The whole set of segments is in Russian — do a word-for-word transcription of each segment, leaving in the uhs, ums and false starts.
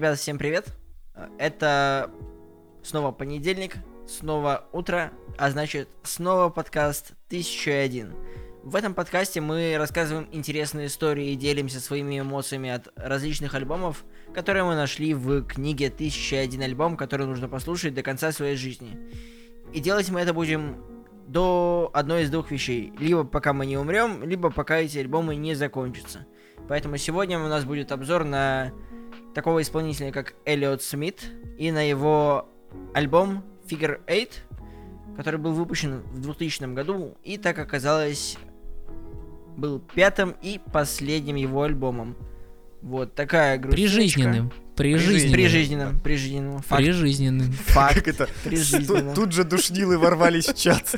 Ребята, всем привет. Это снова понедельник, снова утро, а значит снова подкаст тысяча и один. В этом подкасте мы рассказываем интересные истории и делимся своими эмоциями от различных альбомов, которые мы нашли в книге тысяча и один альбом, который нужно послушать до конца своей жизни. И делать мы это будем до одной из двух вещей. Либо пока мы не умрем, либо пока эти альбомы не закончатся. Поэтому сегодня у нас будет обзор на такого исполнителя, как Эллиот Смит, и на его альбом Figure восемь, который был выпущен в двухтысячном году, и, так оказалось, был пятым и последним его альбомом. Вот такая грустиночка. Прижизненным. Прижизненным. Прижизненным. Прижизненным. Факт. Прижизненным. Факт. Как это? Прижизненным. Тут же душнилы ворвались в чат.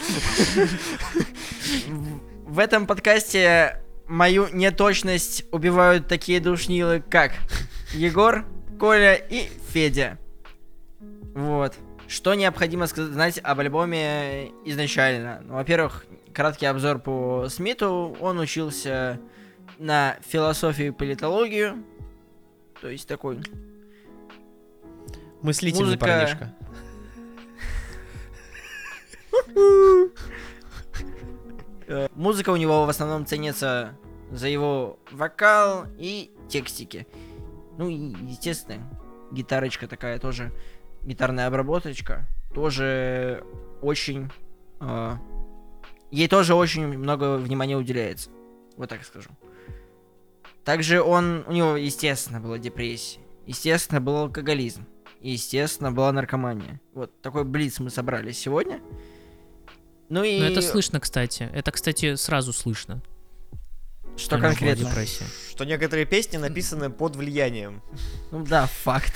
В этом подкасте мою неточность убивают такие душнилы, как Егор, Коля и Федя. Вот. Что необходимо знать об альбоме изначально? Ну, во-первых, краткий обзор по Смиту. Он учился на философию и политологию. То есть такой... Мыслительный Музыка... парнишка. Музыка у него в основном ценится за его вокал и текстики. Ну и, естественно, гитарочка такая тоже, гитарная обработочка, тоже очень... Э, ей тоже очень много внимания уделяется, вот так скажу. Также он, у него, естественно, была депрессия, естественно, был алкоголизм, естественно, была наркомания. Вот такой блиц мы собрали сегодня. Ну и... Ну это слышно, кстати. Это, кстати, сразу слышно. Что конкретно? Что некоторые песни написаны под влиянием. Ну да, факт.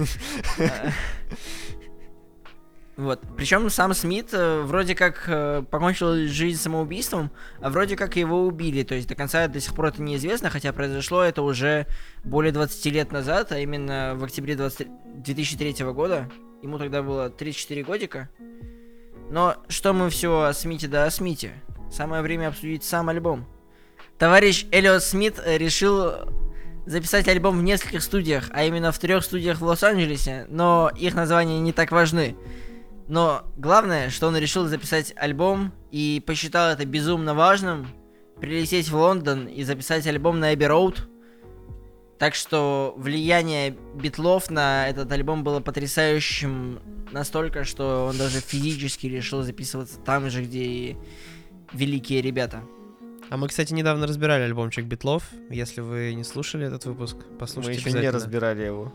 Вот. Причем сам Смит вроде как покончил жизнь самоубийством, а вроде как его убили. То есть до конца до сих пор это неизвестно, хотя произошло это уже более двадцать лет назад, а именно в октябре две тысячи третьего года. Ему тогда было тридцать четыре годика. Но что мы все о Смите да о Смите? Самое время обсудить сам альбом. Товарищ Эллиот Смит решил записать альбом в нескольких студиях, а именно в трех студиях в Лос-Анджелесе, но их названия не так важны. Но главное, что он решил записать альбом и посчитал это безумно важным, прилететь в Лондон и записать альбом на Эбби Роуд. Так что влияние Битлов на этот альбом было потрясающим настолько, что он даже физически решил записываться там же, где и великие ребята. А мы, кстати, недавно разбирали альбомчик Битлов. Если вы не слушали этот выпуск, послушайте. Мы еще не разбирали его.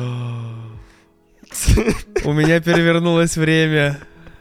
У меня перевернулось время.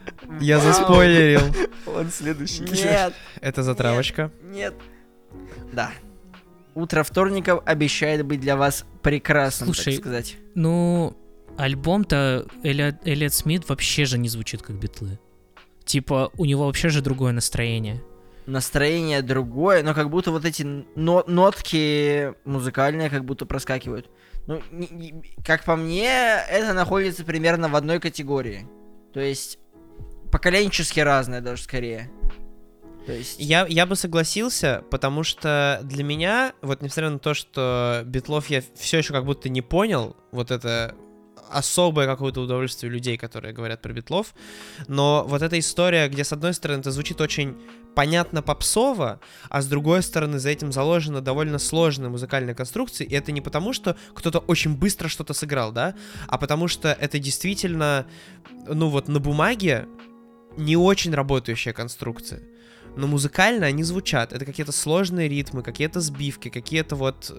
Я заспойлерил. Он следующий. Нет. Это затравочка. Нет. Да. Утро вторников обещает быть для вас прекрасным, Слушай, так сказать. Ну, альбом-то Эллиот, Эллиот Смит вообще же не звучит как Битлы. Типа, у него вообще же другое настроение. Настроение другое, но как будто вот эти но- нотки музыкальные как будто проскакивают. Ну, не, не, как по мне, это находится примерно в одной категории. То есть, поколенчески разное даже скорее. То есть... я, я бы согласился, потому что для меня, вот несмотря на то, что Битлов я все еще как будто не понял, вот это особое какое-то удовольствие людей, которые говорят про Битлов, но вот эта история, где с одной стороны это звучит очень понятно попсово, а с другой стороны за этим заложена довольно сложная музыкальная конструкция, и это не потому, что кто-то очень быстро что-то сыграл, да, а потому что это действительно, ну вот на бумаге не очень работающая конструкция. Но музыкально они звучат. Это какие-то сложные ритмы, какие-то сбивки, какие-то вот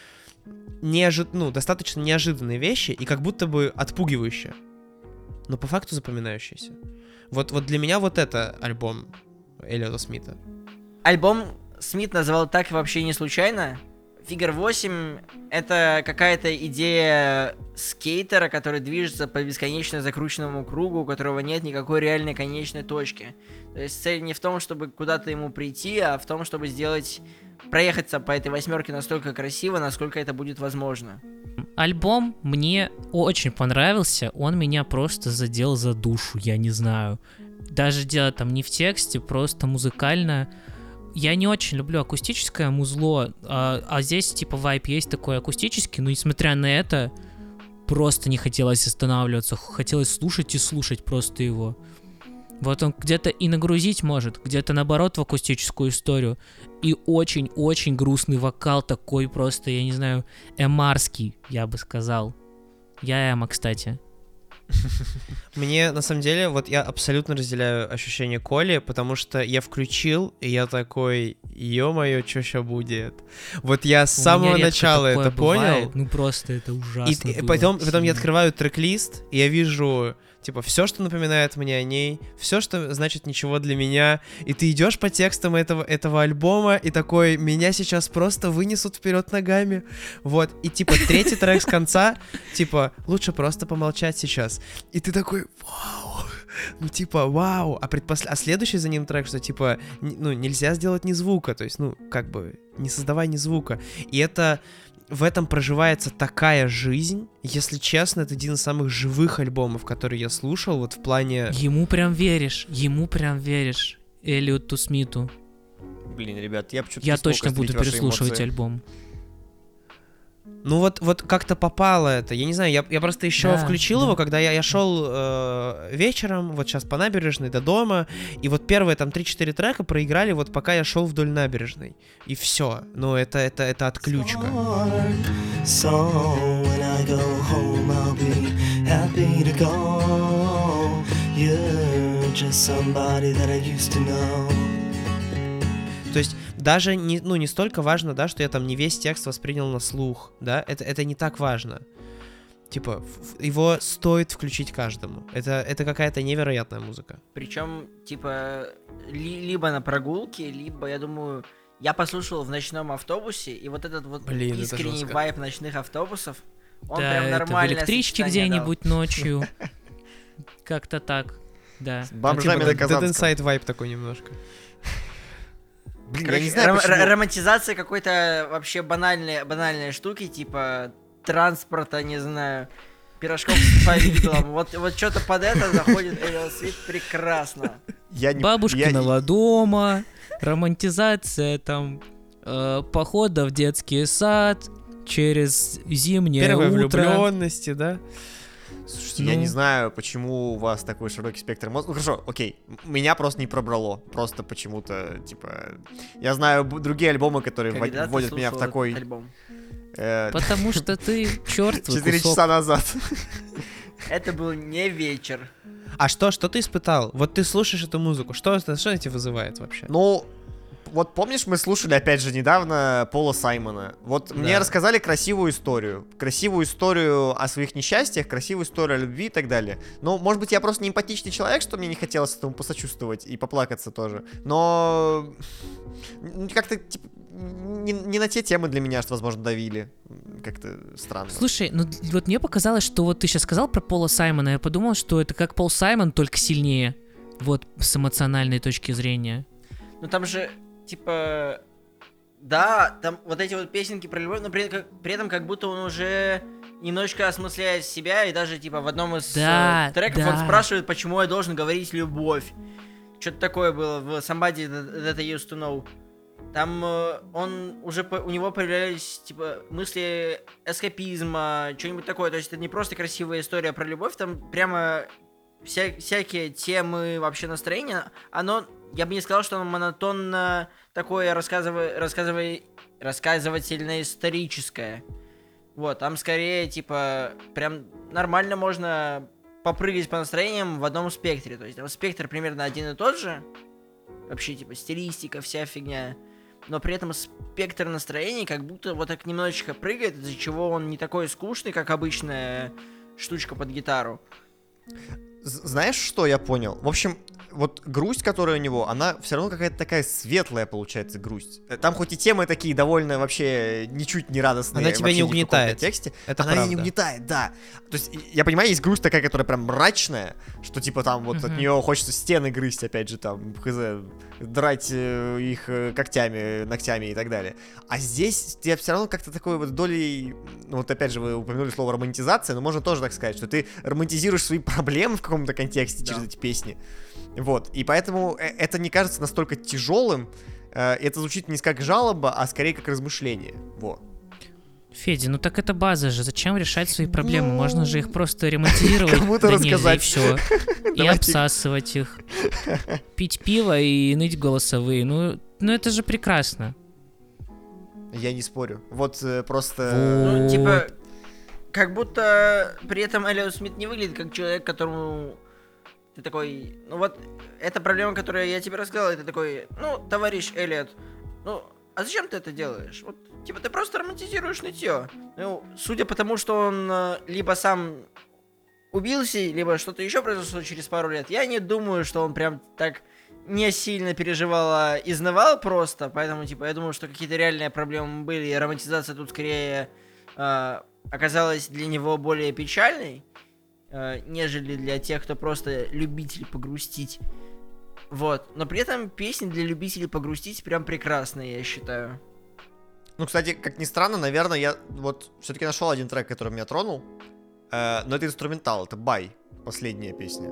неожид... ну, достаточно неожиданные вещи и как будто бы отпугивающие. Но по факту запоминающиеся. Вот, вот для меня вот это альбом Эллиота Смита. Альбом Смит назвал так вообще не случайно. Figure восемь — это какая-то идея скейтера, который движется по бесконечно закрученному кругу, у которого нет никакой реальной конечной точки. То есть цель не в том, чтобы куда-то ему прийти, а в том, чтобы сделать... проехаться по этой восьмерке настолько красиво, насколько это будет возможно. Альбом мне очень понравился, он меня просто задел за душу, я не знаю. Даже дело там не в тексте, просто музыкально... Я не очень люблю акустическое музло, а, а здесь типа вайб есть такой акустический, но несмотря на это, просто не хотелось останавливаться, хотелось слушать и слушать просто его. Вот он где-то и нагрузить может, где-то наоборот в акустическую историю. И очень-очень грустный вокал такой просто, я не знаю, эмарский, я бы сказал. Я эмо, кстати. Мне, на самом деле, вот я абсолютно разделяю ощущение Коли, потому что я включил, и я такой, ё-моё, чё ща будет? Вот я с У самого меня редко начала такое это понял. бывает. Ну просто это ужасно. И, и было. потом, потом я Сильно. открываю трек-лист, и я вижу, типа, все, что напоминает мне о ней, все, что значит ничего для меня, и ты идешь по текстам этого, этого альбома, и такой, меня сейчас просто вынесут вперед ногами, вот, и, типа, третий трек с конца, типа, лучше просто помолчать сейчас, и ты такой, вау, ну, типа, вау, а, предпосл... а следующий за ним трек, что, типа, н- ну, нельзя сделать ни звука, то есть, ну, как бы, не создавай ни звука, и это... В этом проживается такая жизнь. Если честно, это один из самых живых альбомов, которые я слушал, вот в плане... Ему прям веришь, ему прям веришь, Эллиоту Смиту. Блин, ребят, я почему-то Я не смог точно буду разделить ваши переслушивать эмоции. альбом. Ну вот, вот как-то попало это. Я не знаю, я, я просто еще Да, включил да. его, когда я, я шел э, вечером, вот сейчас по набережной до дома, и вот первые там три-четыре трека проиграли, вот пока я шел вдоль набережной. И все. Ну это, это, это отключка. So when I go home, I'll be happy to go. You're just somebody that I used to know. То есть даже не, ну, не столько важно, да, что я там не весь текст воспринял на слух, да, это, это не так важно. Типа, в- его стоит включить каждому. Это, это какая-то невероятная музыка. Причем, типа, ли- либо на прогулке, либо, я думаю, я послушал в ночном автобусе, и вот этот вот Блин, это искренний жестко. вайб ночных автобусов, он Да, прям это в нормально. электричке где-нибудь ночью. Как-то так, да. С бомжами Типа, на Dead Казанском. Inside vibe такой немножко. Блин, я не знаю, Ром- почему... р- романтизация какой-то вообще банальной, банальной штуки, типа транспорта, не знаю, пирожков с повидлом. Вот, вот что-то под это заходит Эриал Свит прекрасно. Я не... Бабушкиного дома, романтизация там э, похода в детский сад через зимнее Первой утро. влюбленности, да? Слушайте, Ну. я не знаю, почему у вас такой широкий спектр эмоций. Ну хорошо, окей, м- меня просто не пробрало. Просто почему-то, типа... Я знаю б- другие альбомы, которые ввод- Когда ты вводят меня в слушал такой... этот альбом? э, Потому что ты чертовый Четыре кусок. часа назад. Это был не вечер. А что, что ты испытал? Вот ты слушаешь эту музыку, что, это- что она тебе вызывает вообще? Ну, вот помнишь, мы слушали, опять же, недавно Пола Саймона. Вот Да. мне рассказали красивую историю. Красивую историю о своих несчастьях, красивую историю о любви и так далее. Ну, может быть, я просто не эмпатичный человек, что мне не хотелось этому посочувствовать и поплакаться тоже. Но м, как-то, типа, не, не на те темы для меня, что, возможно, давили. Как-то странно. Слушай, ну вот мне показалось, что вот ты сейчас сказал про Пола Саймона, я подумал, что это как Пол Саймон, только сильнее. Вот с эмоциональной точки зрения. Ну там же, типа, да, там вот эти вот песенки про любовь, но при, как- при этом как будто он уже немножечко осмысляет себя, и даже, типа, в одном из Да, э, треков да. он спрашивает, почему я должен говорить любовь. Что-то такое было в Somebody That I Used to Know. Там э, он уже, по- у него появлялись, типа, мысли эскапизма, что-нибудь такое. То есть это не просто красивая история про любовь, там прямо вся- всякие темы, вообще настроения. Оно, я бы не сказал, что оно монотонно такое рассказывай, рассказывай, рассказывательно-историческое. Вот, там скорее, типа, прям нормально можно попрыгать по настроениям в одном спектре. То есть там спектр примерно один и тот же. Вообще, типа, стилистика, вся фигня. Но при этом спектр настроений как будто вот так немножечко прыгает, из-за чего он не такой скучный, как обычная штучка под гитару. З- Знаешь, что я понял? В общем, вот грусть, которая у него, она все равно какая-то такая светлая получается грусть. Э, Там хоть и темы такие довольно вообще ничуть не радостные. Она тебя вообще не ни в каком угнетает. контексте. Это Она меня не правда. угнетает, да. То есть, и- я понимаю, есть грусть такая, которая прям мрачная, что типа там вот от Мгм. нее хочется стены грызть, опять же, там, хз, драть э, их э, когтями, ногтями и так далее. А здесь тебя все равно как-то такой вот долей, ну вот опять же вы упомянули слово романтизация, но можно тоже так сказать, что ты романтизируешь свои проблемы в каком-то контексте через Да. эти песни. Вот, и поэтому э, это не кажется настолько тяжелым, э, это звучит не как жалоба, а скорее как размышление. Вот. Федя, ну так это база же. Зачем решать свои проблемы? Можно же их просто ремонтировать Кому-то до нельзя, и рассказать. все. И Давайте. обсасывать их. Пить пиво и ныть голосовые. Ну, ну это же прекрасно. Я не спорю. Вот э, просто... Ну, Вот. типа, как будто при этом Эллиот Смит не выглядит как человек, которому ты такой, ну вот, эта проблема, которую я тебе рассказал, это такой, ну, товарищ Эллиот, ну, а зачем ты это делаешь? Вот, типа, ты просто романтизируешь нытье. Ну, судя по тому, что он э, либо сам убился, либо что-то еще произошло через пару лет, я не думаю, что он прям так не сильно переживал, а изнывал просто, поэтому, типа, я думаю, что какие-то реальные проблемы были, и романтизация тут скорее э, оказалась для него более печальной, э, нежели для тех, кто просто любитель погрустить. Вот, но при этом песни для любителей погрустить прям прекрасные, я считаю. Ну, кстати, как ни странно, наверное, я вот все-таки нашел один трек, который меня тронул. Э, но это инструментал, это «Бай», последняя песня.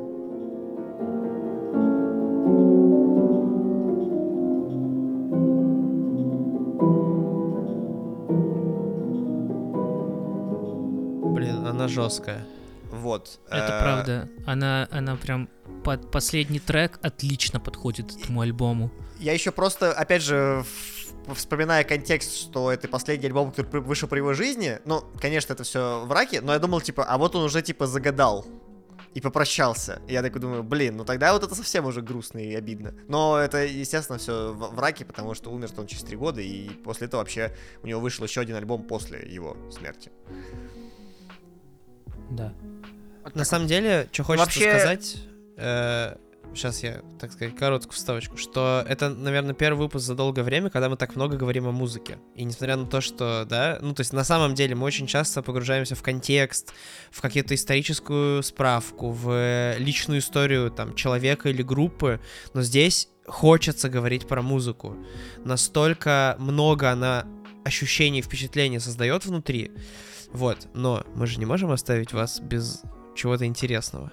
Блин, она жесткая. Вот. Это э, правда. Она, она прям под последний трек отлично подходит этому альбому. Я еще просто, опять же, в- вспоминая контекст, что это последний альбом, который при- вышел при его жизни, ну, конечно, это все в раке, но я думал, типа, а вот он уже, типа, загадал и попрощался. И я такой думаю, блин, ну тогда вот это совсем уже грустно и обидно. Но это, естественно, все в, в раке, потому что умер-то он через три года, и после этого вообще у него вышел еще один альбом после его смерти. Да. Вот На так самом деле, что хочется Вообще- сказать, э, сейчас я, так сказать, короткую вставочку, что это, наверное, первый выпуск за долгое время, когда мы так много говорим о музыке. И несмотря на то, что, да, ну, то есть на самом деле мы очень часто погружаемся в контекст, в какую-то историческую справку, в личную историю, там, человека или группы, но здесь хочется говорить про музыку. Настолько много она ощущений, впечатлений создает внутри. Вот, но мы же не можем оставить вас без чего-то интересного.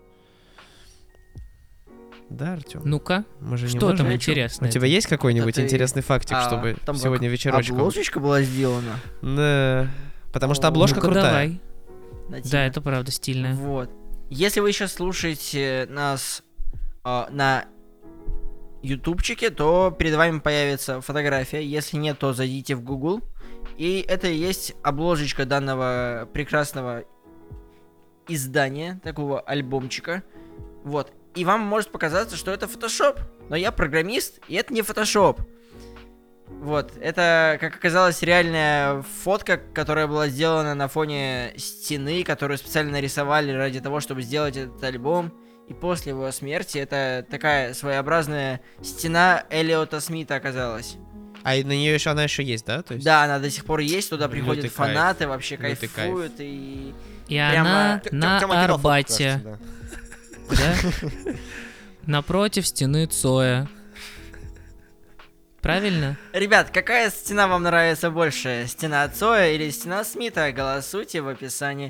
Да, Артем? Ну-ка, Мы же не что можем. там Я чё? интересное? У тебя есть какой-нибудь Это ты- интересный фактик, А, чтобы там сегодня как вечерочком? обложечка была сделана. Да. Потому что О, обложка Ну-ка, крутая. давай. на Да, тебя. это правда стильно. Вот. Если вы сейчас слушаете нас а, на ютубчике, то перед вами появится фотография. Если нет, то зайдите в Google. И это и есть обложечка данного прекрасного издания, такого альбомчика. Вот. И вам может показаться, что это фотошоп. Но я программист, и это не фотошоп. Вот. Это, как оказалось, реальная фотка, которая была сделана на фоне стены, которую специально нарисовали ради того, чтобы сделать этот альбом. И после его смерти это такая своеобразная стена Эллиота Смита оказалась. А и на нее еще она еще есть, да? То есть... Да, она до сих пор есть, туда Лютый приходят кайф. фанаты, вообще Лютый кайфуют и... И Прямо- она Т- Тёма на Кирилл фотку, Арбате, кажется, да. да? Напротив стены Цоя. Правильно? Ребят, какая стена вам нравится больше? Стена Цоя или стена Смита? Голосуйте в описании.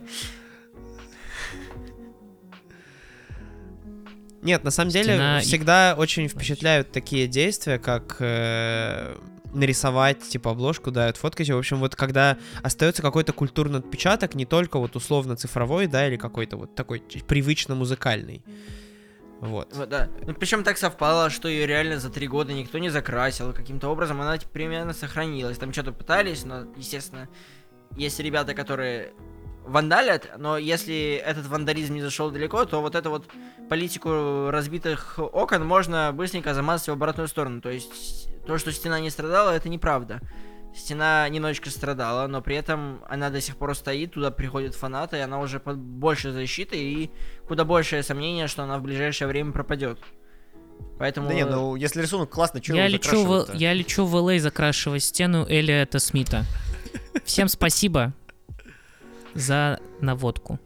Нет, на самом деле Стена и- всегда очень впечатляют такие действия, как э, нарисовать, типа, обложку, да, отфоткать. В общем, вот когда остается какой-то культурный отпечаток, не только вот условно цифровой, да, или какой-то вот такой привычно музыкальный. Вот. Вот, да. Ну, причем так совпало, что ее реально за три года никто не закрасил. Каким-то образом она типа, примерно сохранилась. Там что-то пытались, но, естественно, есть ребята, которые вандалят, но если этот вандализм не зашел далеко, то вот эту вот политику разбитых окон можно быстренько замазать в обратную сторону. То есть то, что стена не страдала, это неправда. Стена немножечко страдала, но при этом она до сих пор стоит, туда приходят фанаты, и она уже под большей защитой, и куда большее сомнение, что она в ближайшее время пропадет. Поэтому... Да не, ну если рисунок классный, чего Я его лечу, в, закрашивать-то? я лечу в эл эй закрашивать стену Эллиота Смита. Всем спасибо за наводку.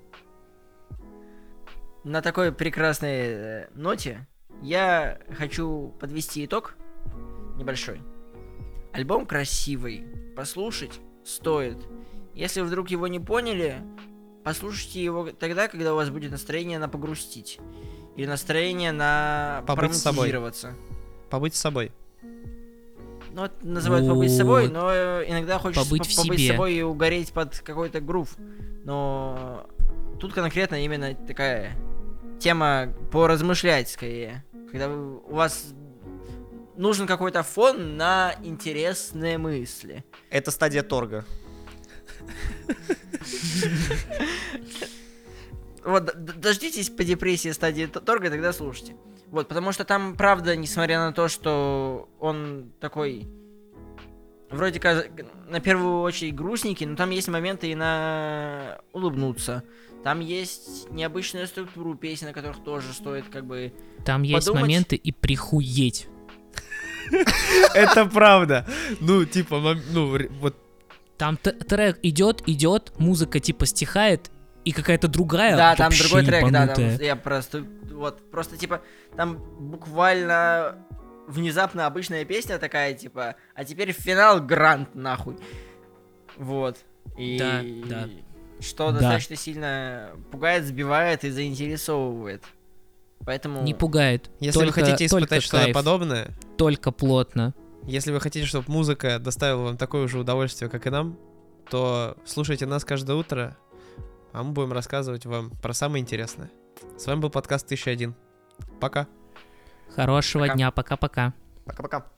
На такой прекрасной э, ноте я хочу подвести итог небольшой. Альбом красивый, послушать стоит. Если вдруг его не поняли, послушайте его тогда, когда у вас будет настроение на погрустить. Или настроение на Побыть с собой. поромантизироваться. Побыть с собой. ну, это называют побыть собой, Вот. но э, иногда хочется Побыть по- в побыть себе. собой и угореть под какой-то грув. Но тут конкретно именно такая тема поразмышлять скорее. Когда вы- у вас нужен какой-то фон на интересные мысли. Это стадия торга. Вот, д- д- дождитесь по депрессии стадии т- торга, тогда слушайте. Вот, потому что там, правда, несмотря на то, что он такой, вроде как, на первую очередь грустненький, но там есть моменты и на улыбнуться. Там есть необычная структура песен, о которых тоже стоит как бы... Там есть Подумать. моменты и прихуеть. Это правда. Ну, типа, мом- ну, ре- вот Там т- трек идет, идет, музыка типа стихает, и какая-то другая. Да, там вообще другой трек, да, там, ебанутая. я просто, вот, просто, типа, там буквально внезапно обычная песня такая, типа, а теперь финал грант, нахуй. Вот. И Да, да. что Да. достаточно сильно пугает, сбивает и заинтересовывает. Поэтому... Не пугает. если вы Только- хотите только испытать что-то кайф, подобное, Только плотно. если вы хотите, чтобы музыка доставила вам такое же удовольствие, как и нам, то слушайте нас каждое утро, а мы будем рассказывать вам про самое интересное. С вами был подкаст тысяча один. Пока. Хорошего Пока. дня. Пока-пока. Пока-пока.